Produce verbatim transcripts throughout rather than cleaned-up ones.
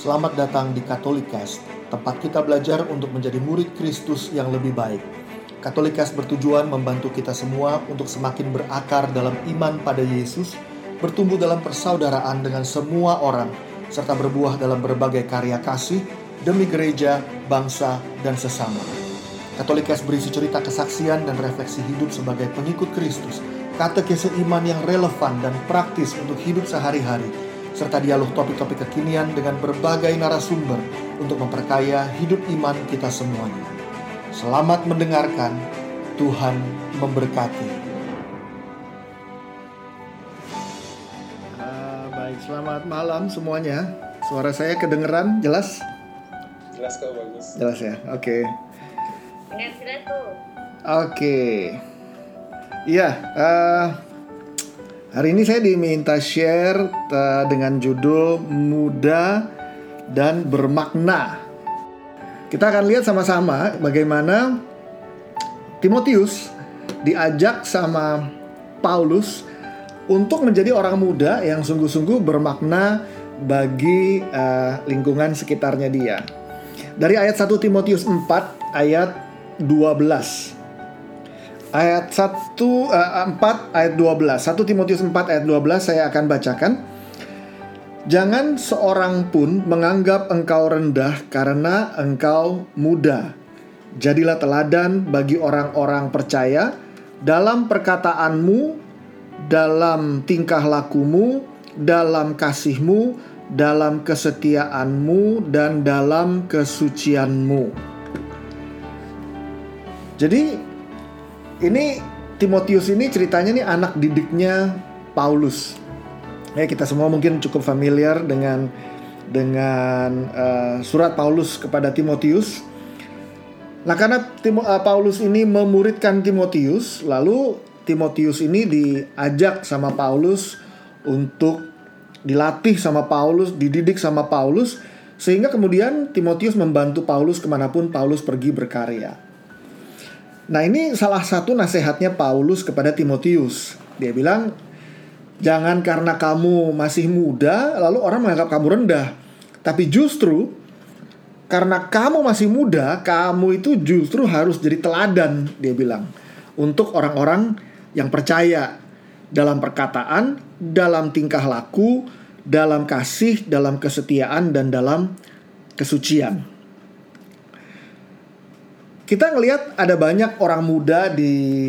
Selamat datang di Katolikas, tempat kita belajar untuk menjadi murid Kristus yang lebih baik. Katolikas bertujuan membantu kita semua untuk semakin berakar dalam iman pada Yesus, bertumbuh dalam persaudaraan dengan semua orang, serta berbuah dalam berbagai karya kasih demi gereja, bangsa, dan sesama. Katolikas berisi cerita kesaksian dan refleksi hidup sebagai pengikut Kristus, katekese iman yang relevan dan praktis untuk hidup sehari-hari, serta dialog topik-topik kekinian dengan berbagai narasumber untuk memperkaya hidup iman kita semuanya. Selamat mendengarkan, Tuhan memberkati. Uh, baik, selamat malam semuanya. Suara saya kedengeran jelas? Jelas kok, bagus. Jelas ya, oke. Okay. Dengan jelas tuh. Oke, okay. Iya. Uh, Hari ini saya diminta share uh, dengan judul Muda dan Bermakna. Kita akan lihat sama-sama bagaimana Timotius diajak sama Paulus untuk menjadi orang muda yang sungguh-sungguh bermakna bagi uh, lingkungan sekitarnya dia. Dari ayat satu Timotius empat ayat dua belas. Ayat satu, uh, empat ayat dua belas. satu Timotius empat ayat dua belas saya akan bacakan. Jangan seorang pun menganggap engkau rendah karena engkau muda. Jadilah teladan bagi orang-orang percaya dalam perkataanmu, dalam tingkah lakumu, dalam kasihmu, dalam kesetiaanmu, dan dalam kesucianmu. Jadi ini Timotius ini ceritanya nih anak didiknya Paulus. Ya, kita semua mungkin cukup familiar dengan dengan uh, surat Paulus kepada Timotius. Nah, karena Tim, uh, Paulus ini memuridkan Timotius, lalu Timotius ini diajak sama Paulus untuk dilatih sama Paulus, dididik sama Paulus, sehingga kemudian Timotius membantu Paulus kemanapun Paulus pergi berkarya. Nah, ini salah satu nasihatnya Paulus kepada Timotius. Dia bilang, jangan karena kamu masih muda lalu orang menganggap kamu rendah. Tapi justru karena kamu masih muda, kamu itu justru harus jadi teladan, dia bilang, untuk orang-orang yang percaya dalam perkataan, dalam tingkah laku, dalam kasih, dalam kesetiaan, dan dalam kesucian. Kita ngelihat ada banyak orang muda di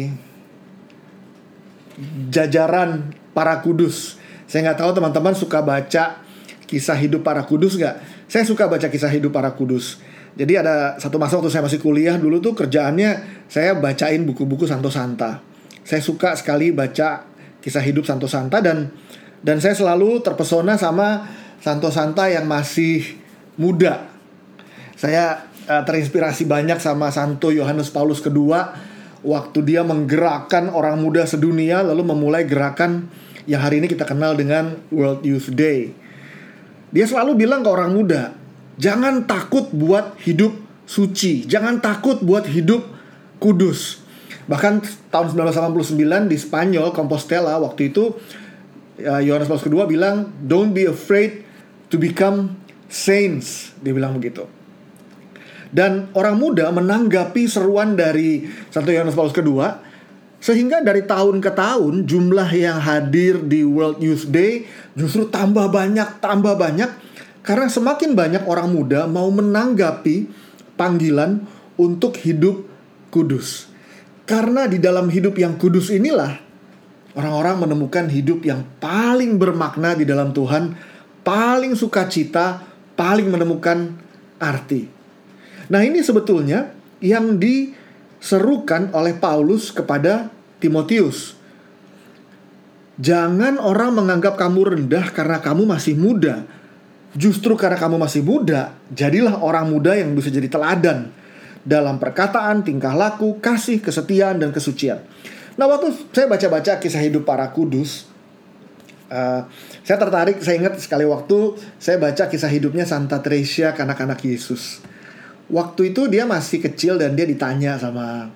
jajaran para kudus. Saya nggak tahu teman-teman suka baca kisah hidup para kudus nggak? Saya suka baca kisah hidup para kudus. Jadi ada satu masa waktu saya masih kuliah dulu tuh kerjaannya saya bacain buku-buku Santo Santa. Saya suka sekali baca kisah hidup Santo Santa dan dan saya selalu terpesona sama Santo Santa yang masih muda. Saya uh, terinspirasi banyak sama Santo Yohanes Paulus kedua waktu dia menggerakkan orang muda sedunia lalu memulai gerakan yang hari ini kita kenal dengan World Youth Day. Dia selalu bilang ke orang muda, jangan takut buat hidup suci, jangan takut buat hidup kudus. Bahkan tahun sembilan belas delapan puluh sembilan di Spanyol, Compostela, waktu itu Yohanes Paulus kedua bilang, don't be afraid to become saints. Dia bilang begitu. Dan orang muda menanggapi seruan dari Santo Yohanes Paulus kedua, sehingga dari tahun ke tahun jumlah yang hadir di World Youth Day justru tambah banyak, tambah banyak, karena semakin banyak orang muda mau menanggapi panggilan untuk hidup kudus. Karena di dalam hidup yang kudus inilah orang-orang menemukan hidup yang paling bermakna di dalam Tuhan, paling sukacita, paling menemukan arti. Nah, ini sebetulnya yang diserukan oleh Paulus kepada Timotius. Jangan orang menganggap kamu rendah karena kamu masih muda. Justru karena kamu masih muda, jadilah orang muda yang bisa jadi teladan dalam perkataan, tingkah laku, kasih, kesetiaan, dan kesucian. Nah, waktu saya baca-baca kisah hidup para kudus, uh, saya tertarik, saya ingat sekali waktu saya baca kisah hidupnya Santa Teresa, kanak-kanak Yesus. Waktu itu dia masih kecil dan dia ditanya sama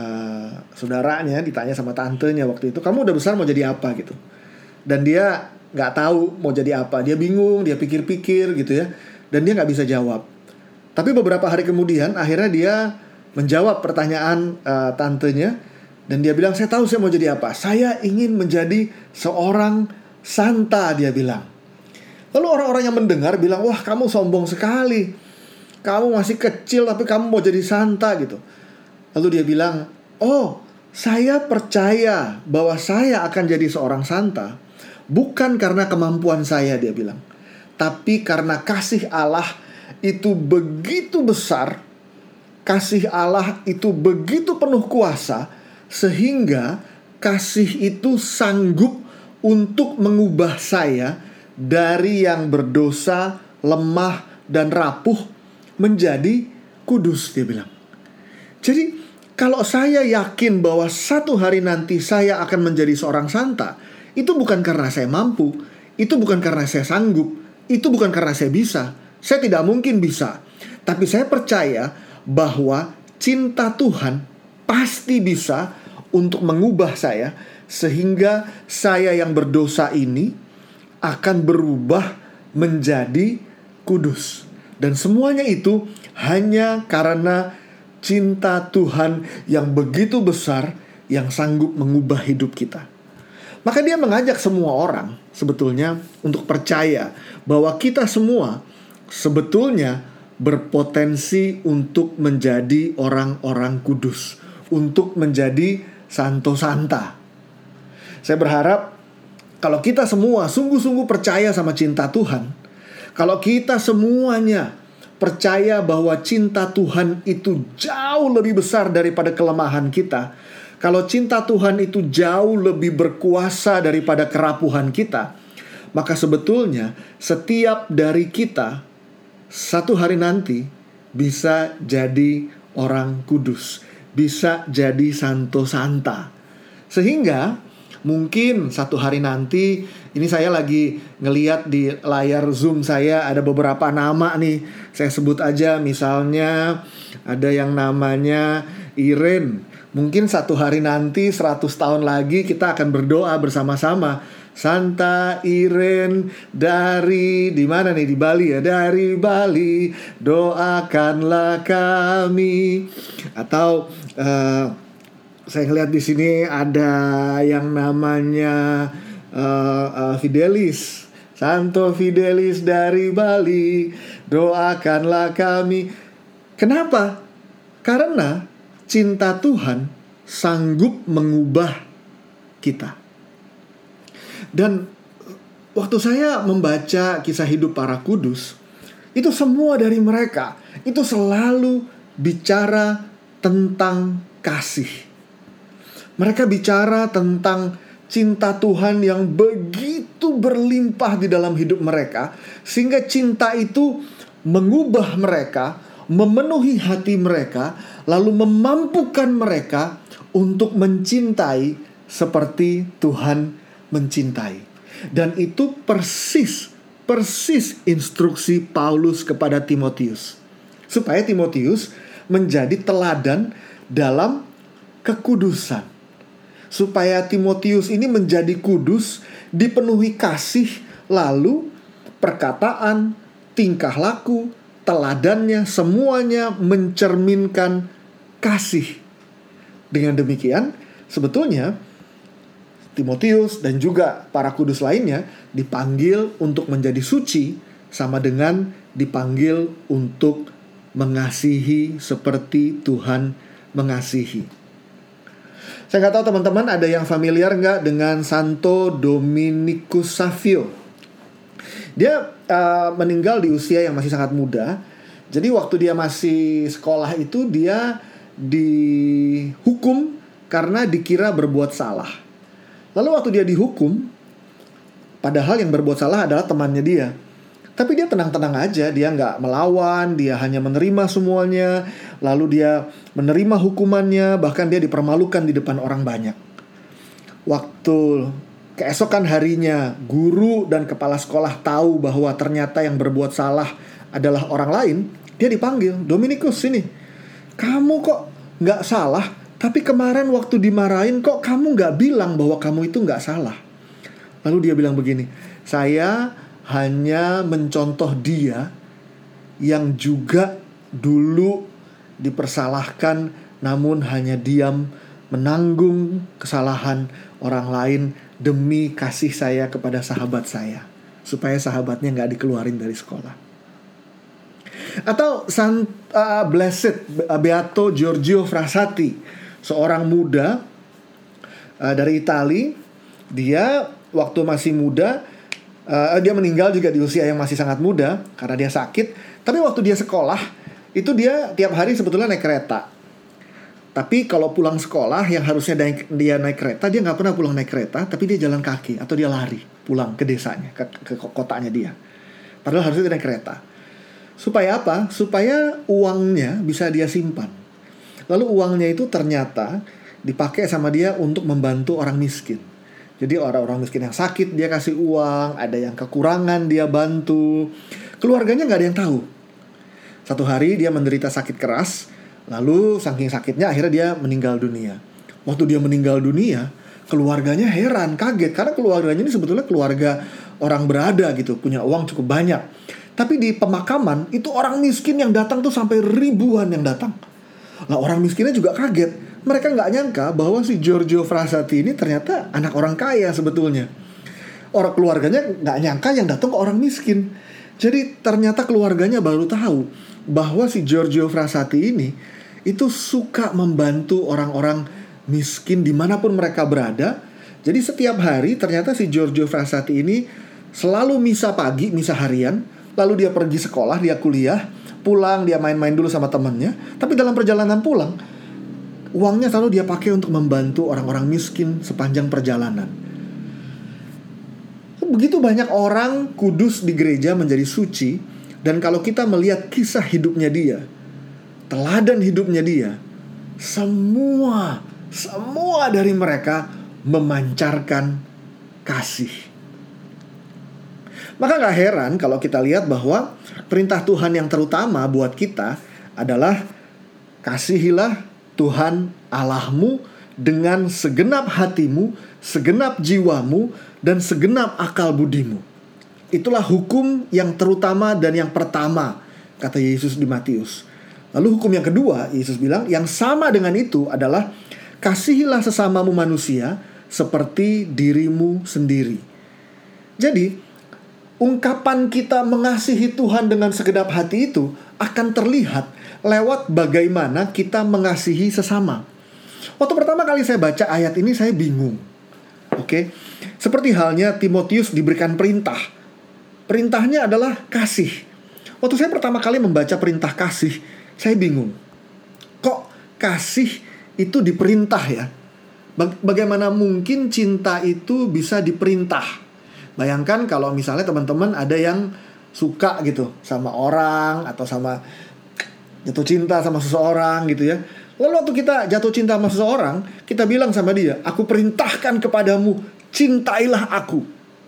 uh, saudaranya, ditanya sama tantenya waktu itu, kamu udah besar mau jadi apa gitu. Dan dia nggak tahu mau jadi apa. Dia bingung, dia pikir-pikir gitu ya, dan dia nggak bisa jawab. Tapi beberapa hari kemudian akhirnya dia menjawab pertanyaan uh, tantenya, dan dia bilang, saya tahu saya mau jadi apa. Saya ingin menjadi seorang santa, dia bilang. Lalu orang-orang yang mendengar bilang, wah kamu sombong sekali, kamu masih kecil tapi kamu mau jadi santa gitu. Lalu dia bilang, oh saya percaya bahwa saya akan jadi seorang santa bukan karena kemampuan saya, dia bilang, tapi karena kasih Allah itu begitu besar, kasih Allah itu begitu penuh kuasa, sehingga kasih itu sanggup untuk mengubah saya dari yang berdosa, lemah, dan rapuh menjadi kudus, dia bilang. Jadi kalau saya yakin bahwa satu hari nanti saya akan menjadi seorang santa, itu bukan karena saya mampu, itu bukan karena saya sanggup, itu bukan karena saya bisa. Saya tidak mungkin bisa. Tapi saya percaya bahwa cinta Tuhan pasti bisa untuk mengubah saya, sehingga saya yang berdosa ini akan berubah menjadi kudus. Dan semuanya itu hanya karena cinta Tuhan yang begitu besar, yang sanggup mengubah hidup kita. Maka dia mengajak semua orang sebetulnya untuk percaya bahwa kita semua sebetulnya berpotensi untuk menjadi orang-orang kudus, untuk menjadi santo santa. Saya berharap kalau kita semua sungguh-sungguh percaya sama cinta Tuhan, kalau kita semuanya percaya bahwa cinta Tuhan itu jauh lebih besar daripada kelemahan kita, kalau cinta Tuhan itu jauh lebih berkuasa daripada kerapuhan kita, maka sebetulnya setiap dari kita satu hari nanti bisa jadi orang kudus, bisa jadi santo santa. Sehingga mungkin satu hari nanti, ini saya lagi ngeliat di layar Zoom saya ada beberapa nama nih. Saya sebut aja, misalnya ada yang namanya Irene. Mungkin satu hari nanti, seratus tahun lagi, kita akan berdoa bersama-sama. Santa Irene dari, di mana nih? Di Bali ya, dari Bali, doakanlah kami. Atau uh, saya ngeliat di sini ada yang namanya uh, uh, Fidelis, Santo Fidelis dari Bali, doakanlah kami. Kenapa? Karena cinta Tuhan sanggup mengubah kita. Dan waktu saya membaca kisah hidup para kudus, itu semua dari mereka itu selalu bicara tentang kasih. Mereka bicara tentang cinta Tuhan yang begitu berlimpah di dalam hidup mereka, sehingga cinta itu mengubah mereka, memenuhi hati mereka, lalu memampukan mereka untuk mencintai seperti Tuhan mencintai. Dan itu persis, persis instruksi Paulus kepada Timotius, supaya Timotius menjadi teladan dalam kekudusan. Supaya Timotius ini menjadi kudus, dipenuhi kasih, lalu perkataan, tingkah laku, teladannya semuanya mencerminkan kasih. Dengan demikian, sebetulnya Timotius dan juga para kudus lainnya dipanggil untuk menjadi suci, sama dengan dipanggil untuk mengasihi seperti Tuhan mengasihi. Saya nggak tahu teman-teman ada yang familiar nggak dengan Santo Dominikus Savio. Dia uh, meninggal di usia yang masih sangat muda. Jadi waktu dia masih sekolah itu dia dihukum karena dikira berbuat salah. Lalu waktu dia dihukum, padahal yang berbuat salah adalah temannya dia, tapi dia tenang-tenang aja, dia nggak melawan, dia hanya menerima semuanya. Lalu dia menerima hukumannya, bahkan dia dipermalukan di depan orang banyak. Waktu keesokan harinya, guru dan kepala sekolah tahu bahwa ternyata yang berbuat salah adalah orang lain, dia dipanggil, Dominikus sini, kamu kok nggak salah, tapi kemarin waktu dimarahin kok kamu nggak bilang bahwa kamu itu nggak salah. Lalu dia bilang begini, Saya hanya mencontoh dia yang juga dulu dipersalahkan, namun hanya diam menanggung kesalahan orang lain demi kasih saya kepada sahabat saya, supaya sahabatnya gak dikeluarin dari sekolah. Atau San, uh, Blessed Beato Giorgio Frassati, seorang muda uh, dari Itali. Dia waktu masih muda, uh, dia meninggal juga di usia yang masih sangat muda karena dia sakit. Tapi waktu dia sekolah, itu dia tiap hari sebetulnya naik kereta. Tapi kalau pulang sekolah yang harusnya naik, dia naik kereta, dia gak pernah pulang naik kereta, tapi dia jalan kaki atau dia lari pulang ke desanya, ke, ke kotanya dia. Padahal harusnya dia naik kereta. Supaya apa? Supaya uangnya bisa dia simpan. Lalu uangnya itu ternyata dipakai sama dia untuk membantu orang miskin. Jadi orang-orang miskin yang sakit dia kasih uang, ada yang kekurangan dia bantu. Keluarganya gak ada yang tahu. Satu hari dia menderita sakit keras, lalu saking sakitnya akhirnya dia meninggal dunia. Waktu dia meninggal dunia, keluarganya heran, kaget. Karena keluarganya ini sebetulnya keluarga orang berada gitu, punya uang cukup banyak. Tapi di pemakaman, itu orang miskin yang datang tuh sampai ribuan yang datang. Lah orang miskinnya juga kaget. Mereka gak nyangka bahwa si Giorgio Frassati ini ternyata anak orang kaya sebetulnya. Orang keluarganya gak nyangka yang datang ke orang miskin. Jadi ternyata keluarganya baru tahu bahwa si Giorgio Frassati ini itu suka membantu orang-orang miskin dimanapun mereka berada. Jadi setiap hari ternyata si Giorgio Frassati ini selalu misa pagi, misa harian. Lalu dia pergi sekolah, dia kuliah, pulang dia main-main dulu sama temannya. Tapi dalam perjalanan pulang, uangnya selalu dia pakai untuk membantu orang-orang miskin sepanjang perjalanan. Begitu banyak orang kudus di gereja menjadi suci. Dan kalau kita melihat kisah hidupnya dia, teladan hidupnya dia, Semua Semua dari mereka memancarkan kasih. Maka gak heran kalau kita lihat bahwa perintah Tuhan yang terutama buat kita adalah kasihilah Tuhan Allahmu dengan segenap hatimu, segenap jiwamu, dan segenap akal budimu. Itulah hukum yang terutama dan yang pertama, kata Yesus di Matius. Lalu hukum yang kedua, Yesus bilang, yang sama dengan itu adalah kasihilah sesamamu manusia seperti dirimu sendiri. Jadi, ungkapan kita mengasihi Tuhan dengan segenap hati itu akan terlihat lewat bagaimana kita mengasihi sesama. Waktu pertama kali saya baca ayat ini, saya bingung. Oke, seperti halnya Timotius diberikan perintah. Perintahnya adalah kasih. Waktu saya pertama kali membaca perintah kasih, saya bingung. Kok kasih itu diperintah ya? Bagaimana mungkin cinta itu bisa diperintah? Bayangkan kalau misalnya teman-teman ada yang suka gitu sama orang, atau sama jatuh cinta sama seseorang gitu ya. Lalu waktu kita jatuh cinta sama seseorang, kita bilang sama dia, aku perintahkan kepadamu, cintailah aku.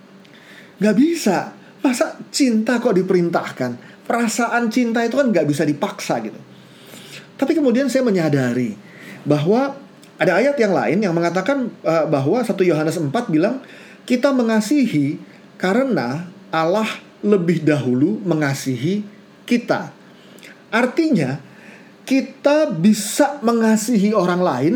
Gak bisa. Masa cinta kok diperintahkan? Perasaan cinta itu kan gak bisa dipaksa gitu. Tapi kemudian saya menyadari bahwa ada ayat yang lain yang mengatakan uh, bahwa satu Yohanes empat bilang, kita mengasihi karena Allah lebih dahulu mengasihi kita. Artinya kita bisa mengasihi orang lain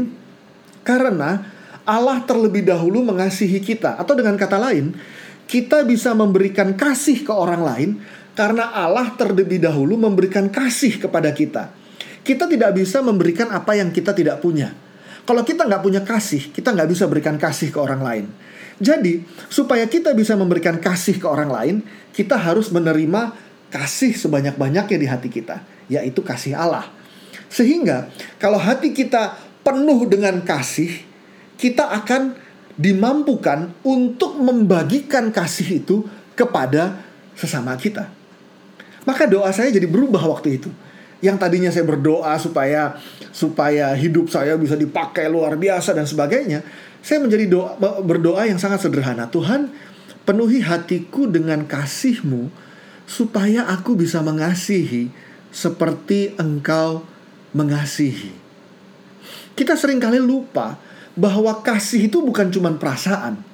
karena Allah terlebih dahulu mengasihi kita. Atau dengan kata lain, kita bisa memberikan kasih ke orang lain karena Allah terlebih dahulu memberikan kasih kepada kita. Kita tidak bisa memberikan apa yang kita tidak punya. Kalau kita nggak punya kasih, kita nggak bisa berikan kasih ke orang lain. Jadi, supaya kita bisa memberikan kasih ke orang lain, kita harus menerima kasih sebanyak-banyaknya di hati kita, yaitu kasih Allah. Sehingga, kalau hati kita penuh dengan kasih, kita akan dimampukan untuk membagikan kasih itu kepada sesama kita. Maka doa saya jadi berubah waktu itu. Yang tadinya saya berdoa supaya supaya hidup saya bisa dipakai luar biasa dan sebagainya, saya menjadi doa, berdoa yang sangat sederhana. Tuhan, penuhi hatiku dengan kasih-Mu supaya aku bisa mengasihi seperti Engkau mengasihi. Kita seringkali lupa bahwa kasih itu bukan cuma perasaan,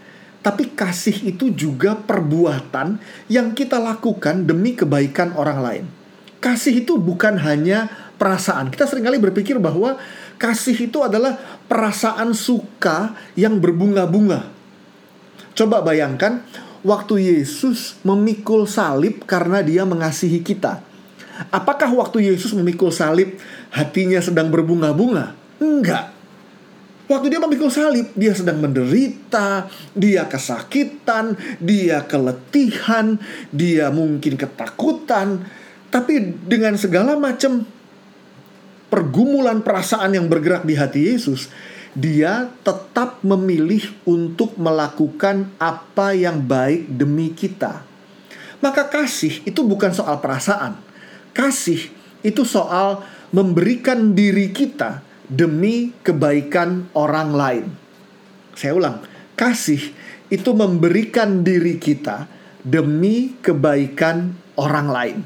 Tapi kasih itu juga perbuatan yang kita lakukan demi kebaikan orang lain. Kasih itu bukan hanya perasaan. Kita seringkali berpikir bahwa kasih itu adalah perasaan suka yang berbunga-bunga. Coba bayangkan waktu Yesus memikul salib karena dia mengasihi kita. Apakah waktu Yesus memikul salib hatinya sedang berbunga-bunga? Enggak. Waktu dia memikul salib, dia sedang menderita, dia kesakitan, dia keletihan, dia mungkin ketakutan. Tapi dengan segala macam pergumulan perasaan yang bergerak di hati Yesus, dia tetap memilih untuk melakukan apa yang baik demi kita. Maka kasih itu bukan soal perasaan. Kasih itu soal memberikan diri kita demi kebaikan orang lain. Saya ulang, kasih itu memberikan diri kita demi kebaikan orang lain.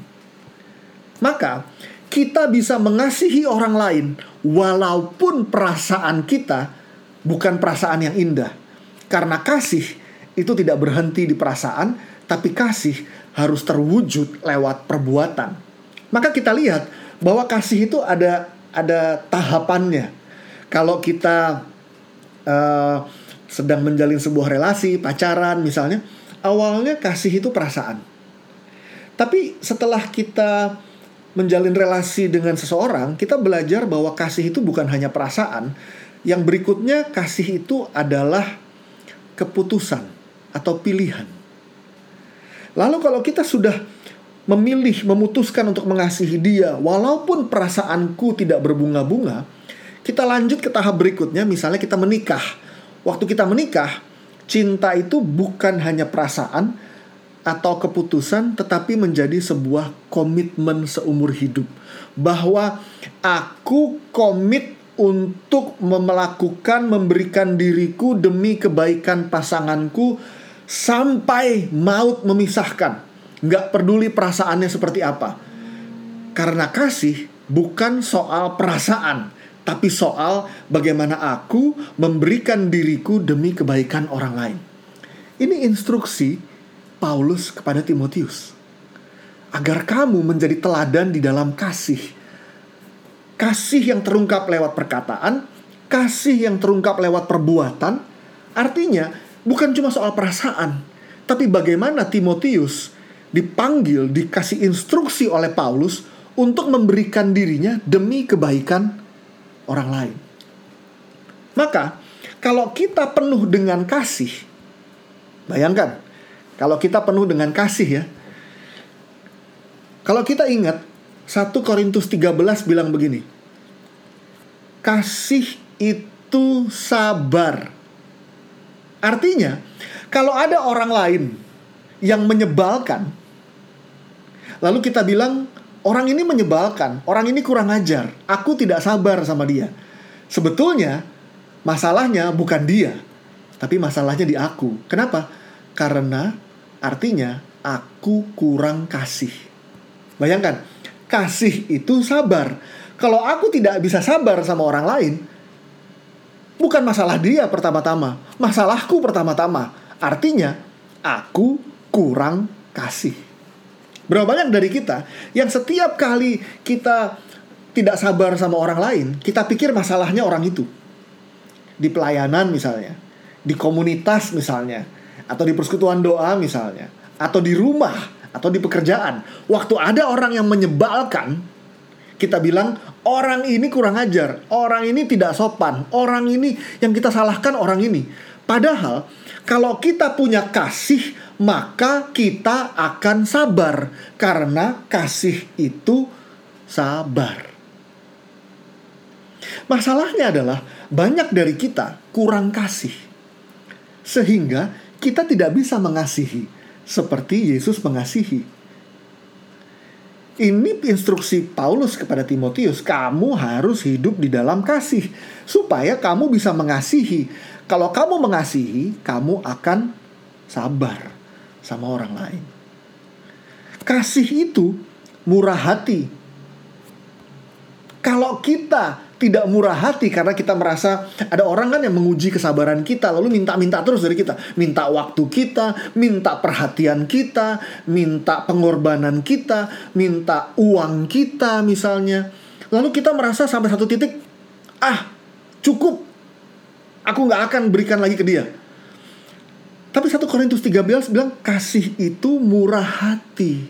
Maka kita bisa mengasihi orang lain walaupun perasaan kita bukan perasaan yang indah. Karena kasih itu tidak berhenti di perasaan, tapi kasih harus terwujud lewat perbuatan. Maka kita lihat bahwa kasih itu ada ada tahapannya. Kalau kita uh, sedang menjalin sebuah relasi, pacaran misalnya, awalnya kasih itu perasaan. Tapi setelah kita menjalin relasi dengan seseorang, kita belajar bahwa kasih itu bukan hanya perasaan. Yang berikutnya, kasih itu adalah keputusan atau pilihan. Lalu kalau kita sudah memilih, memutuskan untuk mengasihi dia walaupun perasaanku tidak berbunga-bunga, kita lanjut ke tahap berikutnya. Misalnya kita menikah. Waktu kita menikah, cinta itu bukan hanya perasaan atau keputusan, tetapi menjadi sebuah komitmen seumur hidup. Bahwa aku komit untuk melakukan, memberikan diriku demi kebaikan pasanganku sampai maut memisahkan. Nggak peduli perasaannya seperti apa. Karena kasih bukan soal perasaan, tapi soal bagaimana aku memberikan diriku demi kebaikan orang lain. Ini instruksi Paulus kepada Timotius. Agar kamu menjadi teladan di dalam kasih. Kasih yang terungkap lewat perkataan, kasih yang terungkap lewat perbuatan. Artinya bukan cuma soal perasaan, tapi bagaimana Timotius dipanggil, dikasih instruksi oleh Paulus untuk memberikan dirinya demi kebaikan orang lain. Maka, kalau kita penuh dengan kasih, bayangkan, kalau kita penuh dengan kasih ya, kalau kita ingat, satu Korintus tiga belas bilang begini, kasih itu sabar. Artinya, kalau ada orang lain yang menyebalkan, lalu kita bilang, orang ini menyebalkan, orang ini kurang ajar, aku tidak sabar sama dia. Sebetulnya, masalahnya bukan dia, tapi masalahnya di aku. Kenapa? Karena artinya, aku kurang kasih. Bayangkan, kasih itu sabar. Kalau aku tidak bisa sabar sama orang lain, bukan masalah dia pertama-tama, masalahku pertama-tama. Artinya, aku kurang kasih. Berapa banyak dari kita yang setiap kali kita tidak sabar sama orang lain, kita pikir masalahnya orang itu. Di pelayanan misalnya, di komunitas misalnya, atau di persekutuan doa misalnya, atau di rumah, atau di pekerjaan. Waktu ada orang yang menyebalkan, kita bilang, orang ini kurang ajar, orang ini tidak sopan, orang ini yang kita salahkan orang ini. Padahal, kalau kita punya kasih, maka kita akan sabar. Karena kasih itu sabar. Masalahnya adalah banyak dari kita kurang kasih. Sehingga kita tidak bisa mengasihi seperti Yesus mengasihi. Ini instruksi Paulus kepada Timotius. Kamu harus hidup di dalam kasih supaya kamu bisa mengasihi. Kalau kamu mengasihi, kamu akan sabar sama orang lain. Kasih itu murah hati. Kalau kita tidak murah hati karena kita merasa ada orang kan yang menguji kesabaran kita, lalu minta-minta terus dari kita. Minta waktu kita, minta perhatian kita, minta pengorbanan kita, minta uang kita misalnya. Lalu kita merasa sampai satu titik, ah cukup, aku gak akan berikan lagi ke dia. Tapi satu Korintus tiga belas bilang kasih itu murah hati.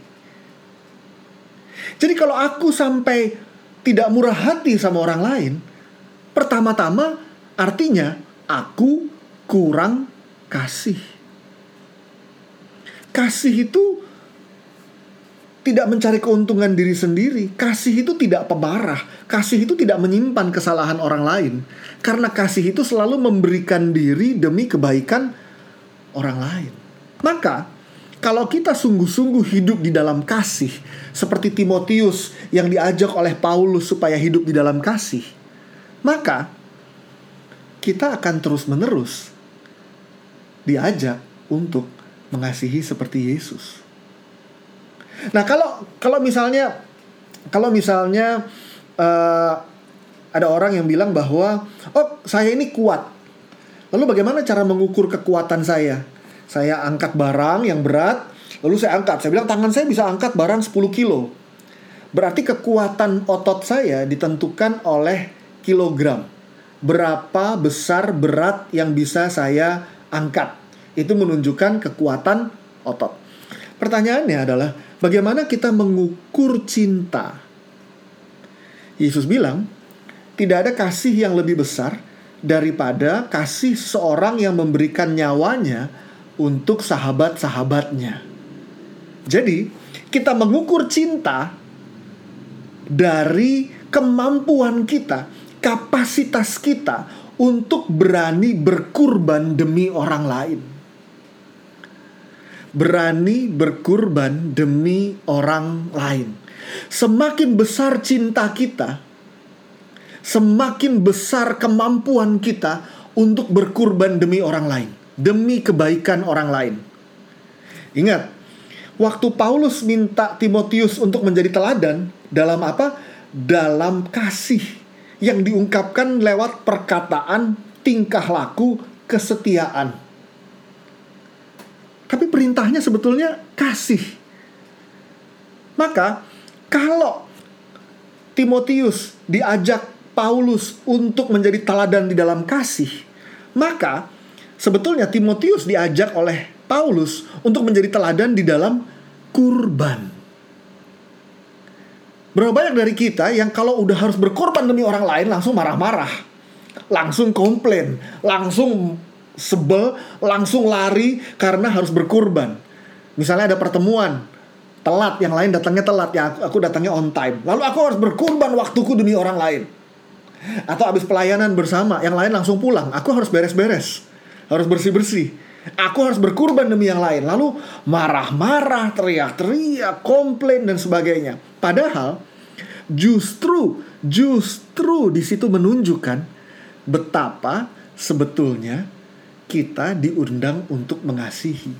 Jadi kalau aku sampai tidak murah hati sama orang lain, pertama-tama artinya aku kurang kasih. Kasih itu tidak mencari keuntungan diri sendiri. Kasih itu tidak pemarah. Kasih itu tidak menyimpan kesalahan orang lain. Karena kasih itu selalu memberikan diri demi kebaikan orang lain. Maka kalau kita sungguh-sungguh hidup di dalam kasih, seperti Timotius yang diajak oleh Paulus supaya hidup di dalam kasih, maka kita akan terus-menerus diajak untuk mengasihi seperti Yesus. Nah, kalau kalau misalnya kalau misalnya uh, ada orang yang bilang bahwa oh, saya ini kuat. Lalu bagaimana cara mengukur kekuatan saya? Saya angkat barang yang berat, lalu saya angkat. Saya bilang tangan saya bisa angkat barang sepuluh kilo. Berarti kekuatan otot saya ditentukan oleh kilogram. Berapa besar berat yang bisa saya angkat. Itu menunjukkan kekuatan otot. Pertanyaannya adalah, bagaimana kita mengukur cinta? Yesus bilang, tidak ada kasih yang lebih besar daripada kasih seorang yang memberikan nyawanya untuk sahabat-sahabatnya. Jadi, kita mengukur cinta dari kemampuan kita, kapasitas kita untuk berani berkurban demi orang lain. Berani berkurban demi orang lain. Semakin besar cinta kita, semakin besar kemampuan kita untuk berkurban demi orang lain, demi kebaikan orang lain. Ingat, waktu Paulus minta Timotius untuk menjadi teladan, dalam apa? Dalam kasih yang diungkapkan lewat perkataan, tingkah laku, kesetiaan. Tapi perintahnya sebetulnya kasih. Maka, kalau Timotius diajak Paulus untuk menjadi teladan di dalam kasih, maka sebetulnya Timotius diajak oleh Paulus untuk menjadi teladan di dalam kurban. Berapa banyak dari kita yang kalau udah harus berkorban demi orang lain langsung marah-marah, langsung komplain, langsung sebel, langsung lari karena harus berkorban. Misalnya ada pertemuan, telat, yang lain datangnya telat, ya aku datangnya on time. Lalu aku harus berkorban waktuku demi orang lain. Atau habis pelayanan bersama, yang lain langsung pulang, aku harus beres-beres, harus bersih-bersih, aku harus berkorban demi yang lain. Lalu marah-marah, teriak-teriak, komplain dan sebagainya. Padahal justru justru di situ menunjukkan betapa sebetulnya kita diundang untuk mengasihi.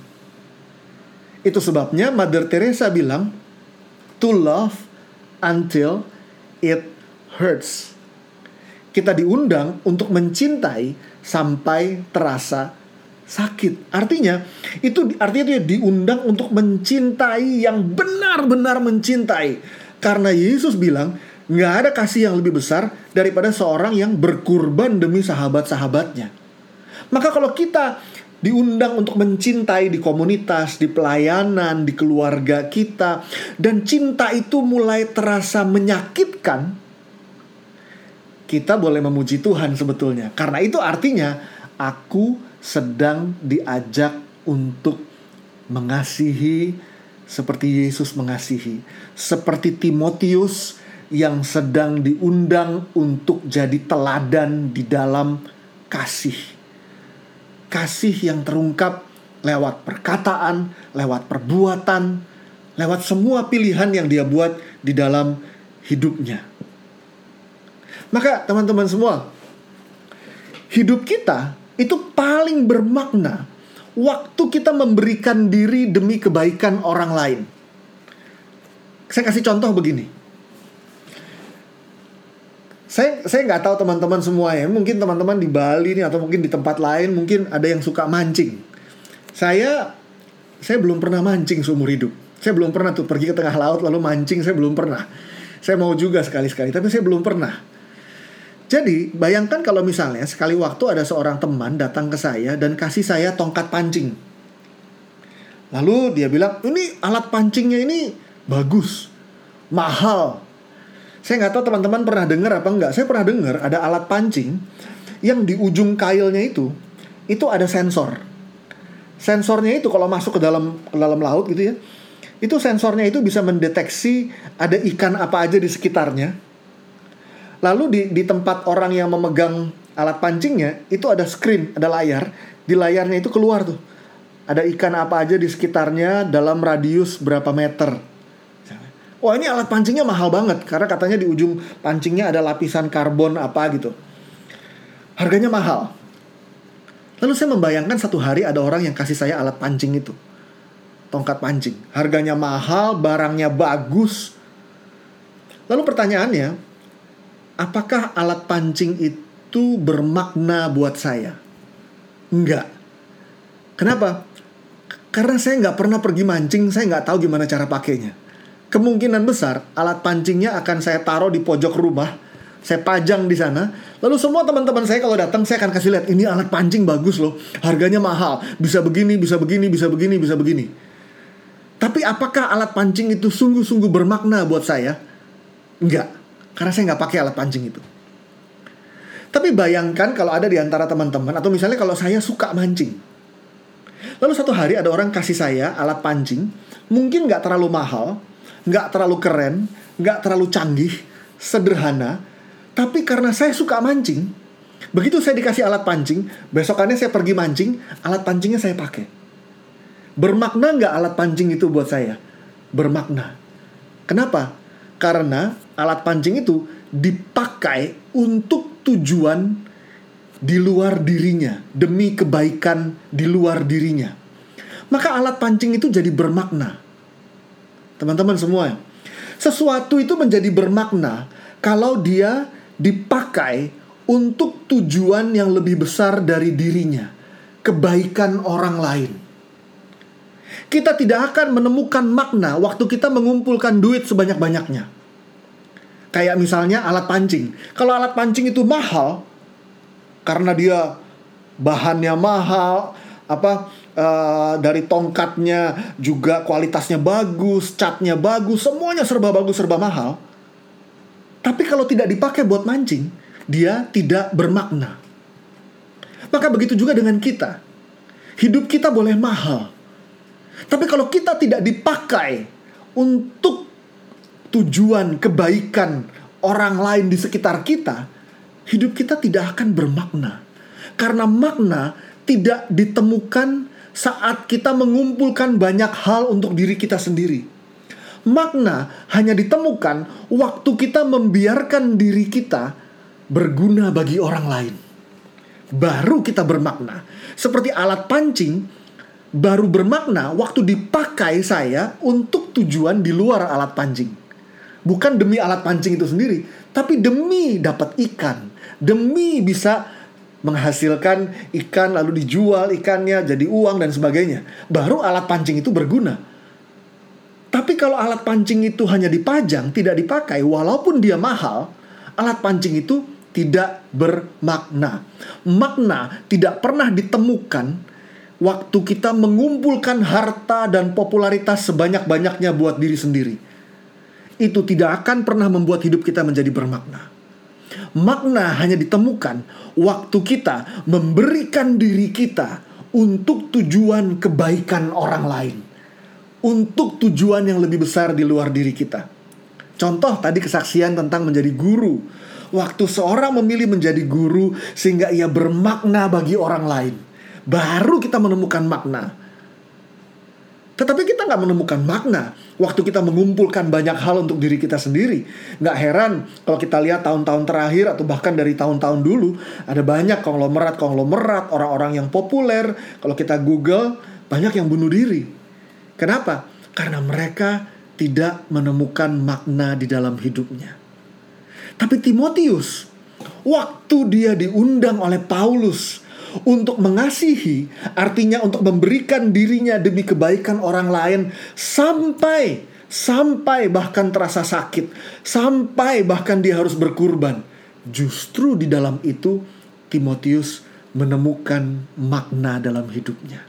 Itu sebabnya Mother Teresa bilang, to love until it hurts. Kita diundang untuk mencintai sampai terasa sakit. Artinya itu artinya dia diundang untuk mencintai yang benar-benar mencintai. Karena Yesus bilang, nggak ada kasih yang lebih besar daripada seorang yang berkorban demi sahabat-sahabatnya. Maka kalau kita diundang untuk mencintai di komunitas, di pelayanan, di keluarga kita, dan cinta itu mulai terasa menyakitkan, kita boleh memuji Tuhan sebetulnya. Karena itu artinya aku sedang diajak untuk mengasihi seperti Yesus mengasihi. Seperti Timotius yang sedang diundang untuk jadi teladan di dalam kasih. Kasih yang terungkap lewat perkataan, lewat perbuatan, lewat semua pilihan yang dia buat di dalam hidupnya. Maka teman-teman semua, hidup kita itu paling bermakna waktu kita memberikan diri demi kebaikan orang lain. Saya kasih contoh begini. Saya saya nggak tahu teman-teman semua ya. Mungkin teman-teman di Bali nih atau mungkin di tempat lain mungkin ada yang suka mancing. Saya saya belum pernah mancing seumur hidup. Saya belum pernah tuh pergi ke tengah laut lalu mancing, saya belum pernah. Saya mau juga sekali-sekali, tapi saya belum pernah. Jadi, bayangkan kalau misalnya sekali waktu ada seorang teman datang ke saya dan kasih saya tongkat pancing. Lalu dia bilang, ini alat pancingnya ini bagus, mahal. Saya nggak tahu teman-teman pernah dengar apa enggak. Saya pernah dengar ada alat pancing yang di ujung kailnya itu, itu ada sensor. Sensornya itu kalau masuk ke dalam ke dalam laut gitu ya, itu sensornya itu bisa mendeteksi ada ikan apa aja di sekitarnya. Lalu di, di tempat orang yang memegang alat pancingnya, itu ada screen, ada layar. Di layarnya itu keluar tuh, ada ikan apa aja di sekitarnya dalam radius berapa meter. Wah, ini alat pancingnya mahal banget, karena katanya di ujung pancingnya ada lapisan karbon apa gitu. Harganya mahal. Lalu saya membayangkan satu hari ada orang yang kasih saya alat pancing itu, tongkat pancing. Harganya mahal, barangnya bagus. Lalu pertanyaannya, apakah alat pancing itu bermakna buat saya? Enggak. Kenapa? Karena saya nggak pernah pergi mancing, saya nggak tahu gimana cara pakainya. Kemungkinan besar alat pancingnya akan saya taruh di pojok rumah, saya pajang di sana. Lalu semua teman-teman saya kalau datang saya akan kasih lihat, ini alat pancing bagus loh, harganya mahal, bisa begini, bisa begini, bisa begini, bisa begini. Tapi apakah alat pancing itu sungguh-sungguh bermakna buat saya? Enggak, karena saya nggak pakai alat pancing itu. Tapi bayangkan kalau ada di antara teman-teman, atau misalnya kalau saya suka mancing. Lalu satu hari ada orang kasih saya alat pancing, mungkin nggak terlalu mahal, nggak terlalu keren, nggak terlalu canggih, sederhana. Tapi karena saya suka mancing, begitu saya dikasih alat pancing, besokannya saya pergi mancing, alat pancingnya saya pakai. Bermakna nggak alat pancing itu buat saya? Bermakna. Kenapa? Karena alat pancing itu dipakai untuk tujuan di luar dirinya, demi kebaikan di luar dirinya. Maka alat pancing itu jadi bermakna. Teman-teman semua, sesuatu itu menjadi bermakna kalau dia dipakai untuk tujuan yang lebih besar dari dirinya, kebaikan orang lain. Kita tidak akan menemukan makna waktu kita mengumpulkan duit sebanyak-banyaknya. Kayak misalnya alat pancing. Kalau alat pancing itu mahal, karena dia bahannya mahal, apa uh, dari tongkatnya juga kualitasnya bagus, catnya bagus, semuanya serba bagus, serba mahal. Tapi kalau tidak dipakai buat mancing, dia tidak bermakna. Maka begitu juga dengan kita. Hidup kita boleh mahal, tapi kalau kita tidak dipakai untuk tujuan kebaikan orang lain di sekitar kita, hidup kita tidak akan bermakna. Karena makna tidak ditemukan saat kita mengumpulkan banyak hal untuk diri kita sendiri. Makna hanya ditemukan waktu kita membiarkan diri kita berguna bagi orang lain. Baru kita bermakna. Seperti alat pancing baru bermakna waktu dipakai saya untuk tujuan di luar alat pancing. Bukan demi alat pancing itu sendiri, tapi demi dapat ikan, demi bisa menghasilkan ikan lalu dijual ikannya jadi uang dan sebagainya. Baru alat pancing itu berguna. Tapi kalau alat pancing itu hanya dipajang, tidak dipakai, walaupun dia mahal, alat pancing itu tidak bermakna. Makna tidak pernah ditemukan waktu kita mengumpulkan harta dan popularitas sebanyak-banyaknya buat diri sendiri. Itu tidak akan pernah membuat hidup kita menjadi bermakna. Makna hanya ditemukan waktu kita memberikan diri kita untuk tujuan kebaikan orang lain, untuk tujuan yang lebih besar di luar diri kita. Contoh tadi kesaksian tentang menjadi guru. Waktu seorang memilih menjadi guru sehingga ia bermakna bagi orang lain, baru kita menemukan makna. Tetapi kita gak menemukan makna waktu kita mengumpulkan banyak hal untuk diri kita sendiri. Gak heran kalau kita lihat tahun-tahun terakhir atau bahkan dari tahun-tahun dulu, ada banyak konglomerat-konglomerat, orang-orang yang populer. Kalau kita Google, banyak yang bunuh diri. Kenapa? Karena mereka tidak menemukan makna di dalam hidupnya. Tapi Timotius, waktu dia diundang oleh Paulus untuk mengasihi, artinya untuk memberikan dirinya demi kebaikan orang lain, sampai sampai bahkan terasa sakit, sampai bahkan dia harus berkurban. Justru di dalam itu Timotius menemukan makna dalam hidupnya.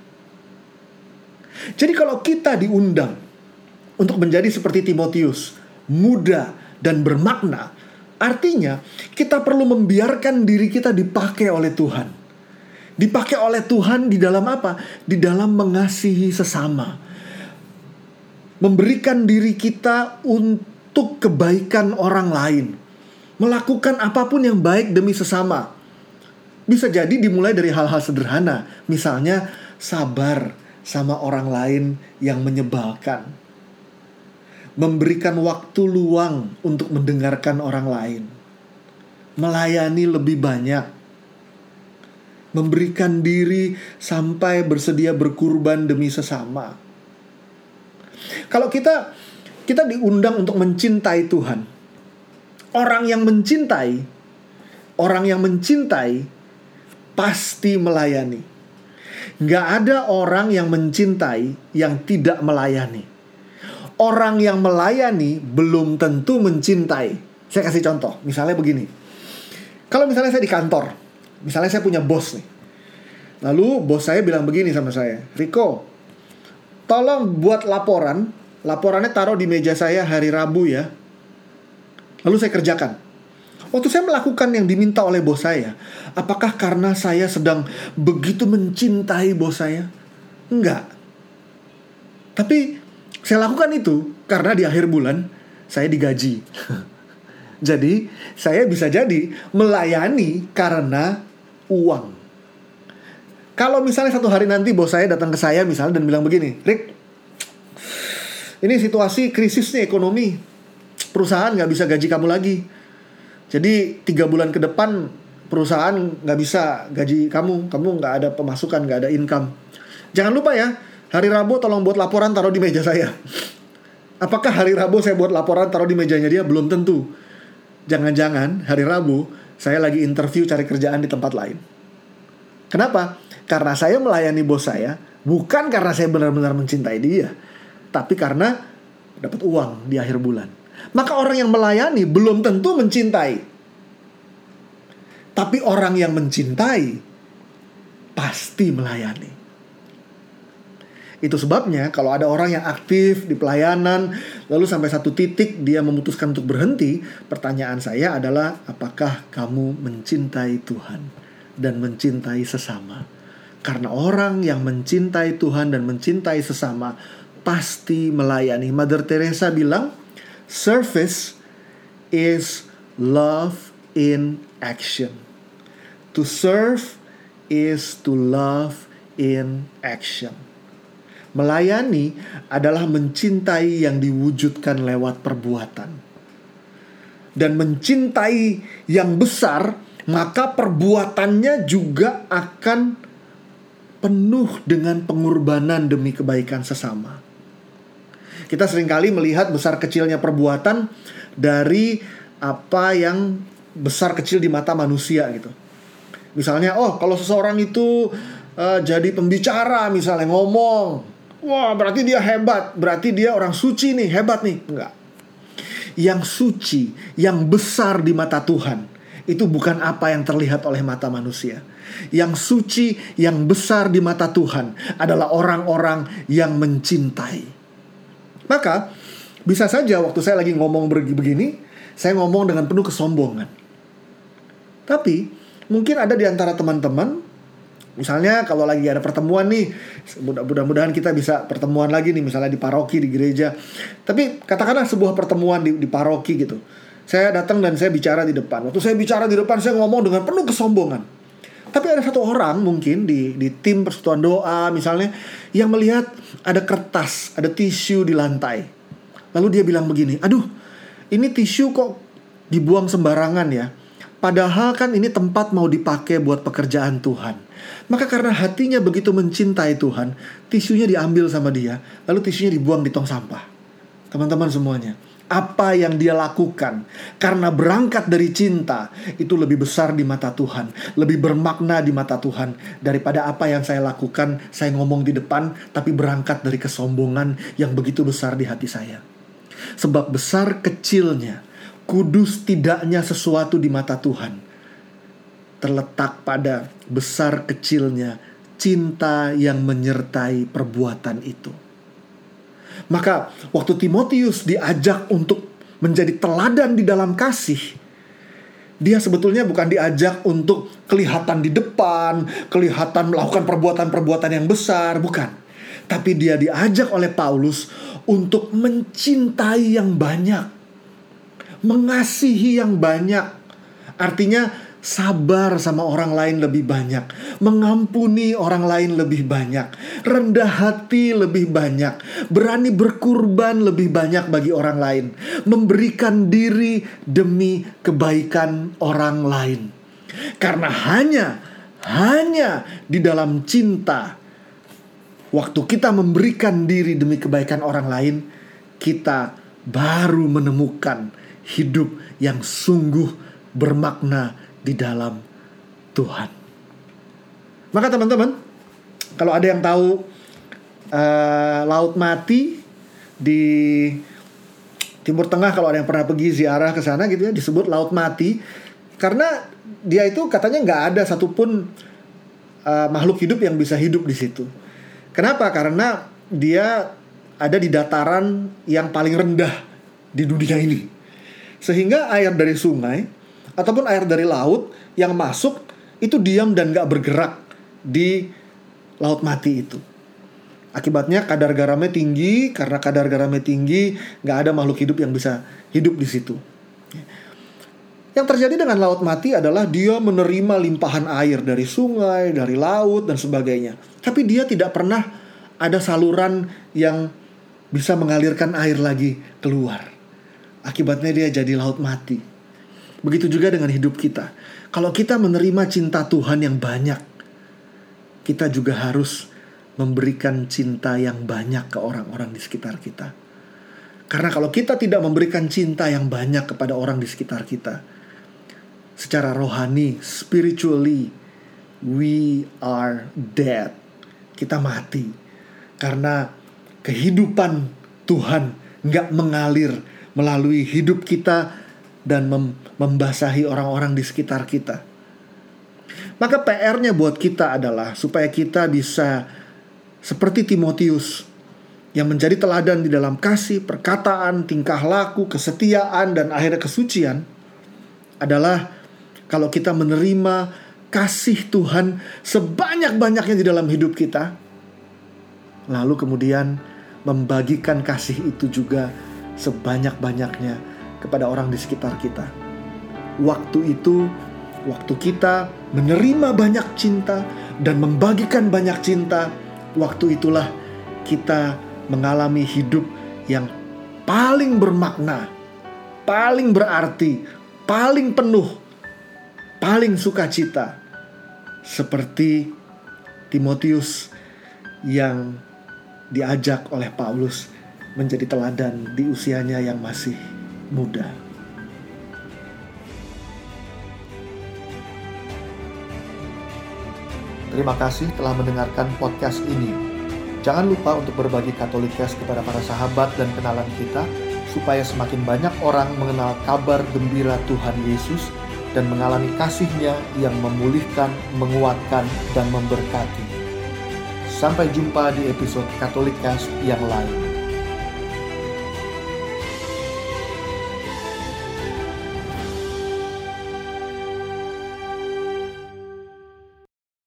Jadi kalau kita diundang untuk menjadi seperti Timotius, muda dan bermakna, artinya kita perlu membiarkan diri kita dipakai oleh Tuhan. Dipakai oleh Tuhan di dalam apa? Di dalam mengasihi sesama. Memberikan diri kita untuk kebaikan orang lain. Melakukan apapun yang baik demi sesama. Bisa jadi dimulai dari hal-hal sederhana. Misalnya sabar sama orang lain yang menyebalkan. Memberikan waktu luang untuk mendengarkan orang lain. Melayani lebih banyak. Memberikan diri sampai bersedia berkurban demi sesama. Kalau kita kita diundang untuk mencintai Tuhan, orang yang mencintai, orang yang mencintai pasti melayani. Gak ada orang yang mencintai yang tidak melayani. Orang yang melayani belum tentu mencintai. Saya kasih contoh, misalnya begini. Kalau misalnya saya di kantor, misalnya saya punya bos nih. Lalu bos saya bilang begini sama saya, Rico, tolong buat laporan. Laporannya taruh di meja saya hari Rabu ya. Lalu saya kerjakan. Waktu saya melakukan yang diminta oleh bos saya, apakah karena saya sedang begitu mencintai bos saya? Enggak. Tapi saya lakukan itu karena di akhir bulan saya digaji. Jadi saya bisa jadi melayani karena uang. Kalau misalnya satu hari nanti bos saya datang ke saya misalnya dan bilang begini, Rick, ini situasi krisis nih ekonomi, perusahaan gak bisa gaji kamu lagi. Jadi tiga bulan ke depan perusahaan gak bisa gaji kamu, kamu gak ada pemasukan, gak ada income. Jangan lupa ya, hari Rabu tolong buat laporan taruh di meja saya. Apakah hari Rabu saya buat laporan taruh di mejanya dia? Belum tentu. Jangan-jangan hari Rabu saya lagi interview cari kerjaan di tempat lain. Kenapa? Karena saya melayani bos saya, bukan karena saya benar-benar mencintai dia, tapi karena dapat uang di akhir bulan. Maka orang yang melayani belum tentu mencintai. Tapi orang yang mencintai pasti melayani. Itu sebabnya kalau ada orang yang aktif di pelayanan, lalu sampai satu titik dia memutuskan untuk berhenti, pertanyaan saya adalah, apakah kamu mencintai Tuhan dan mencintai sesama? Karena orang yang mencintai Tuhan dan mencintai sesama pasti melayani. Mother Teresa bilang, service is love in action. To serve is to love in action. Melayani adalah mencintai yang diwujudkan lewat perbuatan. Dan mencintai yang besar, maka perbuatannya juga akan penuh dengan pengorbanan demi kebaikan sesama. Kita seringkali melihat besar kecilnya perbuatan dari apa yang besar kecil di mata manusia gitu. Misalnya, oh kalau seseorang itu uh, jadi pembicara misalnya, ngomong, wah berarti dia hebat, berarti dia orang suci nih, hebat nih. Enggak. Yang suci, yang besar di mata Tuhan, itu bukan apa yang terlihat oleh mata manusia. Yang suci, yang besar di mata Tuhan adalah orang-orang yang mencintai. Maka bisa saja waktu saya lagi ngomong begini, saya ngomong dengan penuh kesombongan. Tapi mungkin ada di antara teman-teman, misalnya kalau lagi ada pertemuan nih, mudah-mudahan kita bisa pertemuan lagi nih, misalnya di paroki, di gereja. Tapi katakanlah sebuah pertemuan di, di paroki gitu. Saya datang dan saya bicara di depan. Waktu saya bicara di depan, saya ngomong dengan penuh kesombongan. Tapi ada satu orang mungkin di, di tim persekutuan doa misalnya, yang melihat ada kertas, ada tisu di lantai. Lalu dia bilang begini, aduh ini tisu kok dibuang sembarangan ya. Padahal kan ini tempat mau dipakai buat pekerjaan Tuhan. Maka karena hatinya begitu mencintai Tuhan, tisunya diambil sama dia, lalu tisunya dibuang di tong sampah. Teman-teman semuanya, apa yang dia lakukan karena berangkat dari cinta itu lebih besar di mata Tuhan, lebih bermakna di mata Tuhan daripada apa yang saya lakukan, saya ngomong di depan tapi berangkat dari kesombongan yang begitu besar di hati saya. Sebab besar kecilnya, kudus tidaknya sesuatu di mata Tuhan terletak pada besar kecilnya cinta yang menyertai perbuatan itu. Maka waktu Timotius diajak untuk menjadi teladan di dalam kasih, dia sebetulnya bukan diajak untuk kelihatan di depan, kelihatan melakukan perbuatan-perbuatan yang besar, bukan. Tapi dia diajak oleh Paulus untuk mencintai yang banyak, mengasihi yang banyak. Artinya sabar sama orang lain lebih banyak, mengampuni orang lain lebih banyak, rendah hati lebih banyak, berani berkurban lebih banyak bagi orang lain, memberikan diri demi kebaikan orang lain. Karena hanya hanya di dalam cinta, waktu kita memberikan diri demi kebaikan orang lain, kita baru menemukan hidup yang sungguh bermakna di dalam Tuhan. Maka teman-teman, kalau ada yang tahu uh, Laut Mati di Timur Tengah, kalau ada yang pernah pergi ziarah ke sana gitu ya, disebut Laut Mati karena dia itu katanya nggak ada satupun uh, makhluk hidup yang bisa hidup di situ. Kenapa? Karena dia ada di dataran yang paling rendah di dunia ini, sehingga air dari sungai ataupun air dari laut yang masuk itu diam dan gak bergerak di Laut Mati itu. Akibatnya kadar garamnya tinggi. Karena kadar garamnya tinggi, gak ada makhluk hidup yang bisa hidup di situ. Yang terjadi dengan Laut Mati adalah dia menerima limpahan air dari sungai, dari laut dan sebagainya. Tapi dia tidak pernah ada saluran yang bisa mengalirkan air lagi keluar. Akibatnya dia jadi laut mati. Begitu juga dengan hidup kita. Kalau kita menerima cinta Tuhan yang banyak, kita juga harus memberikan cinta yang banyak ke orang-orang di sekitar kita. Karena kalau kita tidak memberikan cinta yang banyak kepada orang di sekitar kita, secara rohani, spiritually, we are dead. Kita mati. Karena kehidupan Tuhan gak mengalir melalui hidup kita dan mem- membasahi orang-orang di sekitar kita. Maka P R-nya buat kita adalah supaya kita bisa seperti Timotius yang menjadi teladan di dalam kasih, perkataan, tingkah laku, kesetiaan, dan akhirnya kesucian, adalah kalau kita menerima kasih Tuhan sebanyak-banyaknya di dalam hidup kita, lalu kemudian membagikan kasih itu juga sebanyak-banyaknya kepada orang di sekitar kita. Waktu itu, waktu kita menerima banyak cinta dan membagikan banyak cinta, waktu itulah kita mengalami hidup yang paling bermakna, paling berarti, paling penuh, paling sukacita. Seperti Timotius yang diajak oleh Paulus menjadi teladan di usianya yang masih muda. Terima kasih telah mendengarkan podcast ini. Jangan lupa untuk berbagi Katolikes kepada para sahabat dan kenalan kita, supaya semakin banyak orang mengenal kabar gembira Tuhan Yesus dan mengalami kasih-Nya yang memulihkan, menguatkan, dan memberkati. Sampai jumpa di episode Katolikes yang lain.